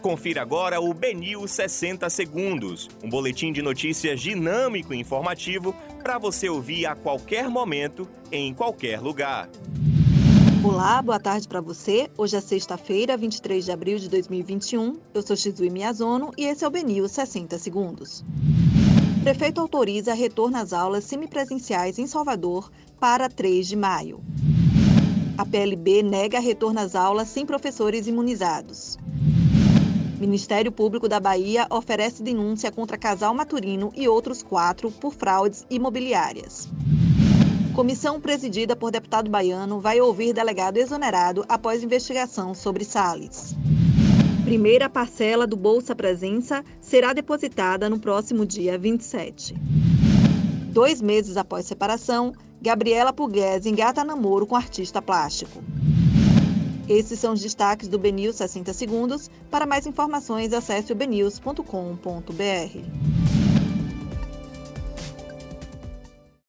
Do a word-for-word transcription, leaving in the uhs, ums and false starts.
Confira agora o B News sessenta segundos, um boletim de notícias dinâmico e informativo para você ouvir a qualquer momento, em qualquer lugar. Olá, boa tarde para você. Hoje é sexta-feira, vinte e três de abril de dois mil e vinte e um. Eu sou Shizui Miyazono e esse é o B News sessenta segundos. Prefeito autoriza retorno às aulas semipresenciais em Salvador para três de maio. A P L B nega retorno às aulas sem professores imunizados. Ministério Público da Bahia oferece denúncia contra casal Maturino e outros quatro por fraudes imobiliárias. Comissão presidida por deputado baiano vai ouvir delegado exonerado após investigação sobre Salles. Primeira parcela do Bolsa Presença será depositada no próximo dia vinte e sete. Dois meses após separação, Gabriela Pugliese engata namoro com artista plástico. Esses são os destaques do B News sessenta segundos. Para mais informações, acesse o b news ponto com ponto b r.